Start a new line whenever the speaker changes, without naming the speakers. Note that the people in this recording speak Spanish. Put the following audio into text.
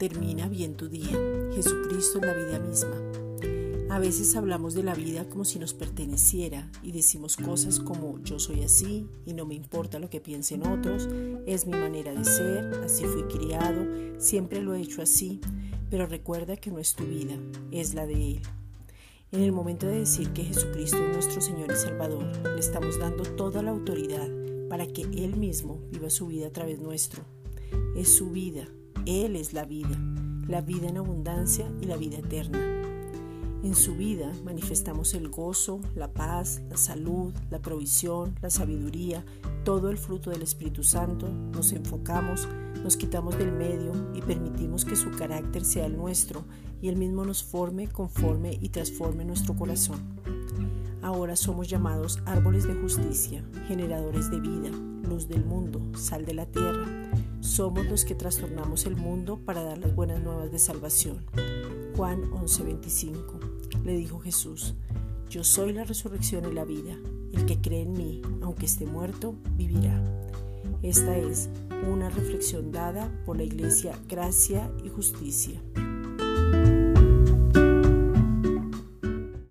Termina bien tu día. Jesucristo es la vida misma. A veces hablamos de la vida como si nos perteneciera y decimos cosas como yo soy así y no me importa lo que piensen otros, es mi manera de ser, así fui criado, siempre lo he hecho así, pero recuerda que no es tu vida, es la de Él. En el momento de decir que Jesucristo es nuestro Señor y Salvador, le estamos dando toda la autoridad para que Él mismo viva su vida a través nuestro. Es su vida, Él es la vida en abundancia y la vida eterna. En su vida manifestamos el gozo, la paz, la salud, la provisión, la sabiduría, todo el fruto del Espíritu Santo. Nos enfocamos, nos quitamos del medio y permitimos que su carácter sea el nuestro y Él mismo nos forme, conforme y transforme nuestro corazón. Ahora somos llamados árboles de justicia, generadores de vida, luz del mundo, sal de la tierra. Somos los que trastornamos el mundo para dar las buenas nuevas de salvación. Juan 11:25. Le dijo Jesús: yo soy la resurrección y la vida. El que cree en mí, aunque esté muerto, vivirá. Esta es una reflexión dada por la Iglesia Gracia y Justicia.